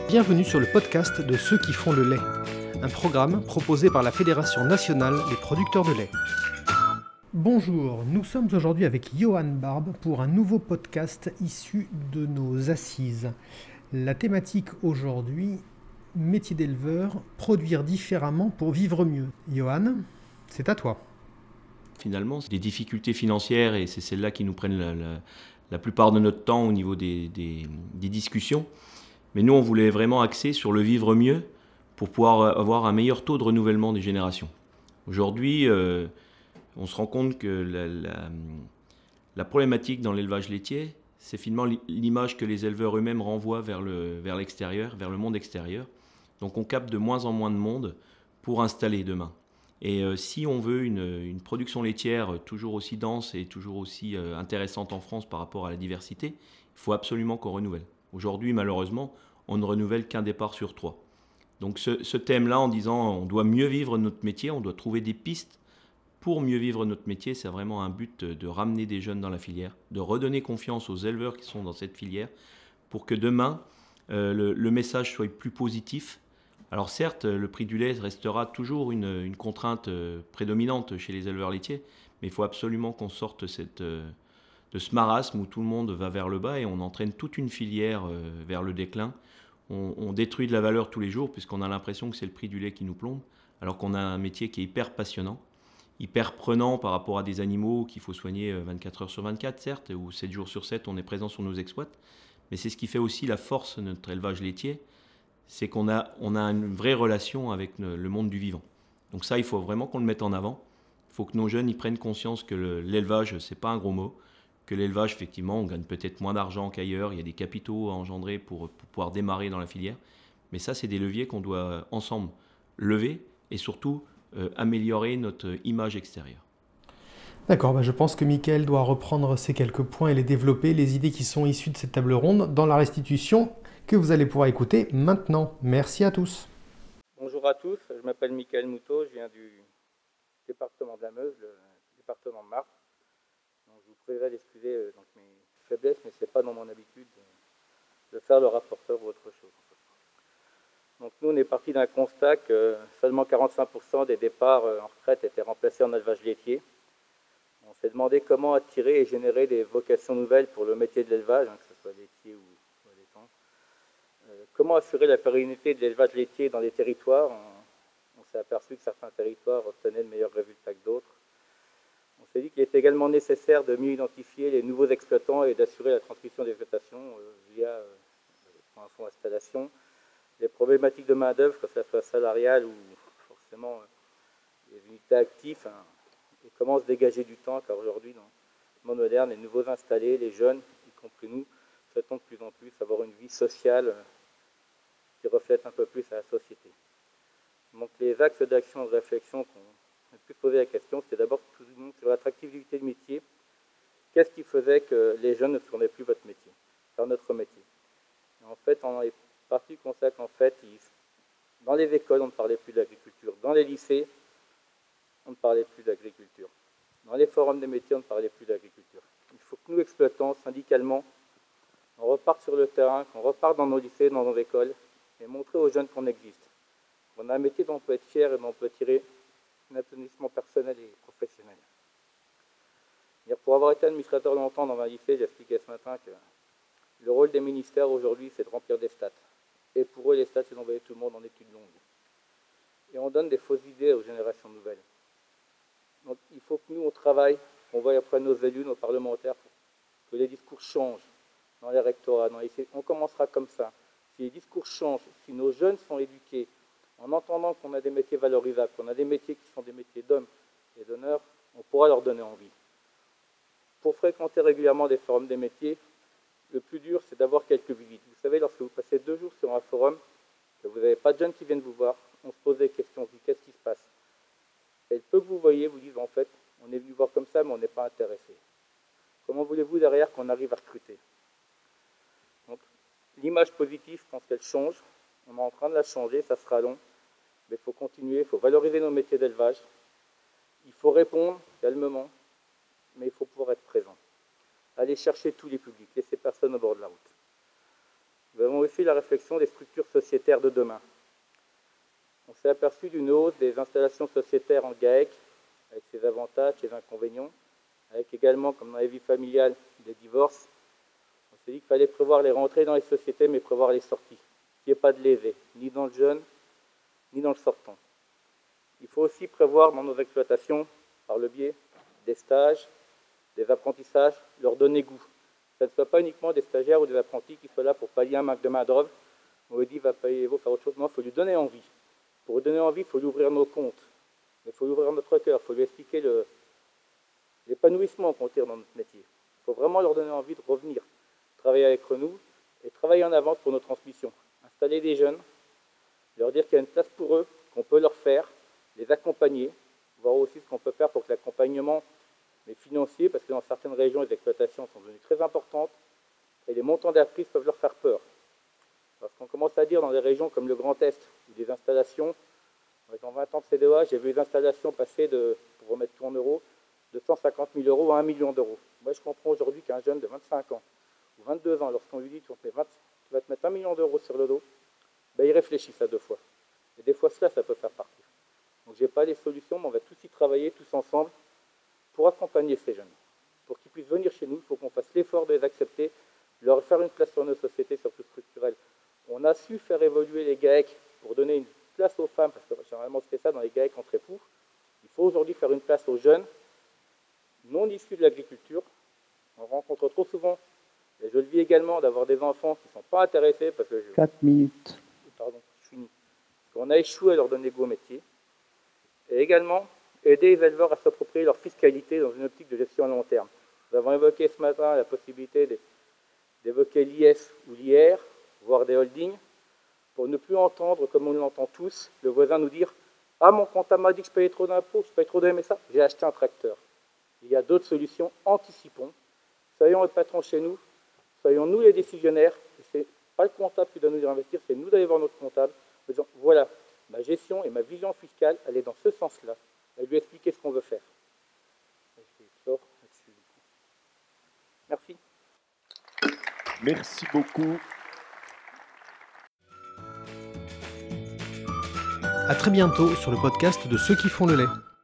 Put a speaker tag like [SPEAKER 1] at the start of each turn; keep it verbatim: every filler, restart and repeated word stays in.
[SPEAKER 1] Bienvenue sur le podcast de ceux qui font le lait, un programme proposé par la Fédération nationale des producteurs de lait. Bonjour, nous sommes aujourd'hui avec Johan Barbe pour un nouveau podcast issu de nos assises. La thématique aujourd'hui, métier d'éleveur, produire différemment pour vivre mieux. Johan, c'est à toi.
[SPEAKER 2] Finalement, c'est des difficultés financières et c'est celles-là qui nous prennent la, la, la plupart de notre temps au niveau des, des, des discussions. Mais nous, on voulait vraiment axer sur le vivre mieux pour pouvoir avoir un meilleur taux de renouvellement des générations. Aujourd'hui, euh, on se rend compte que la, la, la problématique dans l'élevage laitier, c'est finalement l'image que les éleveurs eux-mêmes renvoient vers, le, vers l'extérieur, vers le monde extérieur. Donc on capte de moins en moins de monde pour installer demain. Et euh, si on veut une, une production laitière toujours aussi dense et toujours aussi euh, intéressante en France par rapport à la diversité, il faut absolument qu'on renouvelle. Aujourd'hui, malheureusement, on ne renouvelle qu'un départ sur trois. Donc ce, ce thème-là, en disant on doit mieux vivre notre métier, on doit trouver des pistes pour mieux vivre notre métier, c'est vraiment un but de ramener des jeunes dans la filière, de redonner confiance aux éleveurs qui sont dans cette filière, pour que demain, euh, le, le message soit plus positif. Alors certes, le prix du lait restera toujours une, une contrainte euh, prédominante chez les éleveurs laitiers, mais il faut absolument qu'on sorte cette, euh, de ce marasme où tout le monde va vers le bas et on entraîne toute une filière euh, vers le déclin. On, on détruit de la valeur tous les jours puisqu'on a l'impression que c'est le prix du lait qui nous plombe, alors qu'on a un métier qui est hyper passionnant, hyper prenant par rapport à des animaux qu'il faut soigner vingt-quatre heures sur vingt-quatre, certes, ou sept jours sur sept, on est présent sur nos exploits. Mais c'est ce qui fait aussi la force de notre élevage laitier, c'est qu'on a, on a une vraie relation avec le monde du vivant. Donc ça, il faut vraiment qu'on le mette en avant. Il faut que nos jeunes y prennent conscience que le, l'élevage, c'est pas un gros mot, que l'élevage, effectivement, on gagne peut-être moins d'argent qu'ailleurs, il y a des capitaux à engendrer pour, pour pouvoir démarrer dans la filière. Mais ça, c'est des leviers qu'on doit ensemble lever et surtout euh, améliorer notre image extérieure.
[SPEAKER 1] D'accord, bah je pense que Mickaël doit reprendre ces quelques points et les développer, les idées qui sont issues de cette table ronde, dans la restitution que vous allez pouvoir écouter maintenant. Merci à tous.
[SPEAKER 3] Bonjour à tous, je m'appelle Mickaël Moutot, je viens du département de la Meuse, le département de Marne. Donc, je vous prierai d'excuser euh, donc, mes faiblesses, mais ce n'est pas dans mon habitude de, de faire le rapporteur ou autre chose. Donc nous, on est parti d'un constat que seulement quarante-cinq pour cent des départs en retraite étaient remplacés en élevage laitier. On s'est demandé comment attirer et générer des vocations nouvelles pour le métier de l'élevage, hein, que ce soit laitier ou, ou allaitant. Euh, comment assurer la pérennité de l'élevage laitier dans les territoires. On, on s'est aperçu que certains territoires obtenaient de meilleurs résultats que d'autres. On s'est dit qu'il était également nécessaire de mieux identifier les nouveaux exploitants et d'assurer la transmission des exploitations euh, via euh, un fonds d'installation. Les problématiques de main-d'œuvre, que ce soit salariale ou forcément euh, les unités actives, hein, et comment se dégager du temps, car aujourd'hui, dans le monde moderne, les nouveaux installés, les jeunes, y compris nous, souhaitons de plus en plus avoir une vie sociale euh, qui reflète un peu plus à la société. Donc les axes d'action et de réflexion qu'on a pu poser la question, c'était d'abord sur l'attractivité du métier. Qu'est-ce qui faisait que les jeunes ne tournaient plus votre métier, vers notre métier? Et en fait, on est parti du constat qu'en fait, dans les écoles, on ne parlait plus d'agriculture. Dans les lycées, on ne parlait plus d'agriculture. Dans les forums des métiers, on ne parlait plus d'agriculture. Il faut que nous, exploitants, syndicalement, on reparte sur le terrain, qu'on reparte dans nos lycées, dans nos écoles, et montrer aux jeunes qu'on existe. On a un métier dont on peut être fier et dont on peut tirer un épanouissement personnel et professionnel. Pour avoir été administrateur longtemps dans un lycée, j'expliquais ce matin que le rôle des ministères aujourd'hui, c'est de remplir des stats. Et pour eux, les stats, c'est d'envoyer tout le monde en études longues. Et on donne des fausses idées aux générations nouvelles. Donc il faut que nous, on travaille, qu'on voie après nos élus, nos parlementaires, pour que les discours changent dans les rectorats, dans les lycées. On commencera comme ça. Si les discours changent, si nos jeunes sont éduqués, en entendant qu'on a des métiers valorisables, qu'on a des métiers qui sont des métiers d'hommes et d'honneur, on pourra leur donner envie. Pour fréquenter régulièrement des forums des métiers, le plus dur, c'est d'avoir quelques visites. Vous savez, lorsque vous passez deux jours sur un forum, que vous n'avez pas de jeunes qui viennent vous voir, on se pose des questions, on se dit qu'est-ce qui se passe? Et le peu que vous voyez vous disent en fait, on est venu voir comme ça, mais on n'est pas intéressé. Comment voulez-vous derrière qu'on arrive à recruter? Donc, l'image positive, je pense qu'elle change. On est en train de la changer, ça sera long. Mais il faut continuer, il faut valoriser nos métiers d'élevage. Il faut répondre calmement, mais il faut pouvoir être présent. Aller chercher tous les publics, laisser personne au bord de la route. nous avons aussi la réflexion des structures sociétaires de demain. On s'est aperçu d'une hausse des installations sociétaires en GAEC, avec ses avantages, ses inconvénients, avec également, comme dans la vie familiale, des divorces. On s'est dit qu'il fallait prévoir les rentrées dans les sociétés, mais prévoir les sorties. Qu'il n'y ait pas de lésés, ni dans le jeune, ni dans le sortant. Il faut aussi prévoir dans nos exploitations, par le biais des stages, des apprentissages, leur donner goût. Que ce ne soit pas uniquement des stagiaires ou des apprentis qui soient là pour pallier un manque de main-d'œuvre. On lui dit, va payer, va faire autre chose. Non, il faut lui donner envie. Pour lui donner envie, il faut lui ouvrir nos comptes. Il faut lui ouvrir notre cœur, il faut lui expliquer le, l'épanouissement qu'on tire dans notre métier. Il faut vraiment leur donner envie de revenir, travailler avec nous et travailler en avance pour nos transmissions. Installer des jeunes, leur dire qu'il y a une place pour eux, qu'on peut leur faire, les accompagner, voir aussi ce qu'on peut faire pour que l'accompagnement est financier, parce que dans certaines régions, les exploitations sont devenues très importantes et les montants d'apprise peuvent leur faire peur. Parce qu'on commence à dire dans des régions comme le Grand Est, où des installations, dans vingt ans de C D O A, j'ai vu des installations passer, de, pour remettre tout en euros, de cent cinquante mille euros à un million d'euros. Moi, je comprends aujourd'hui qu'un jeune de vingt-cinq ans ou vingt-deux ans, lorsqu'on lui dit tu vas te mettre un million d'euros sur le dos, ben, il réfléchit ça deux fois. Et des fois, cela, ça peut faire partie. Donc, je n'ai pas les solutions, mais on va tous y travailler, tous ensemble, pour accompagner ces jeunes. Pour qu'ils puissent venir chez nous, il faut qu'on fasse l'effort de les accepter, leur faire une place sur nos sociétés, surtout structurelles. On a su faire évoluer les GAEC pour donner une place aux femmes, parce que généralement, c'était ça dans les GAEC entre époux. Il faut aujourd'hui faire une place aux jeunes, non issus de l'agriculture. On rencontre trop souvent, et je le vis également, d'avoir des enfants qui ne sont pas intéressés, parce que je...
[SPEAKER 4] quatre minutes.
[SPEAKER 3] Pardon, je finis. Parce qu'on a échoué à leur donner goût au métier. Et également, aider les éleveurs à s'approprier leur fiscalité dans une optique de gestion à long terme. Nous avons évoqué ce matin la possibilité d'évoquer l'I S ou l'I R, voire des holdings, pour ne plus entendre, comme on l'entend tous, le voisin nous dire « Ah, mon comptable m'a dit que je payais trop d'impôts, je paye trop de M S A, j'ai acheté un tracteur. » Il y a d'autres solutions, anticipons. Soyons les patrons chez nous, soyons nous les décisionnaires. Ce n'est pas le comptable qui doit nous dire investir, c'est nous d'aller voir notre comptable, en disant « Voilà, ma gestion et ma vision fiscale, elle est dans ce sens-là. » Et lui expliquer ce qu'on veut faire. Merci.
[SPEAKER 4] Merci beaucoup.
[SPEAKER 1] À très bientôt sur le podcast de Ceux qui font le lait.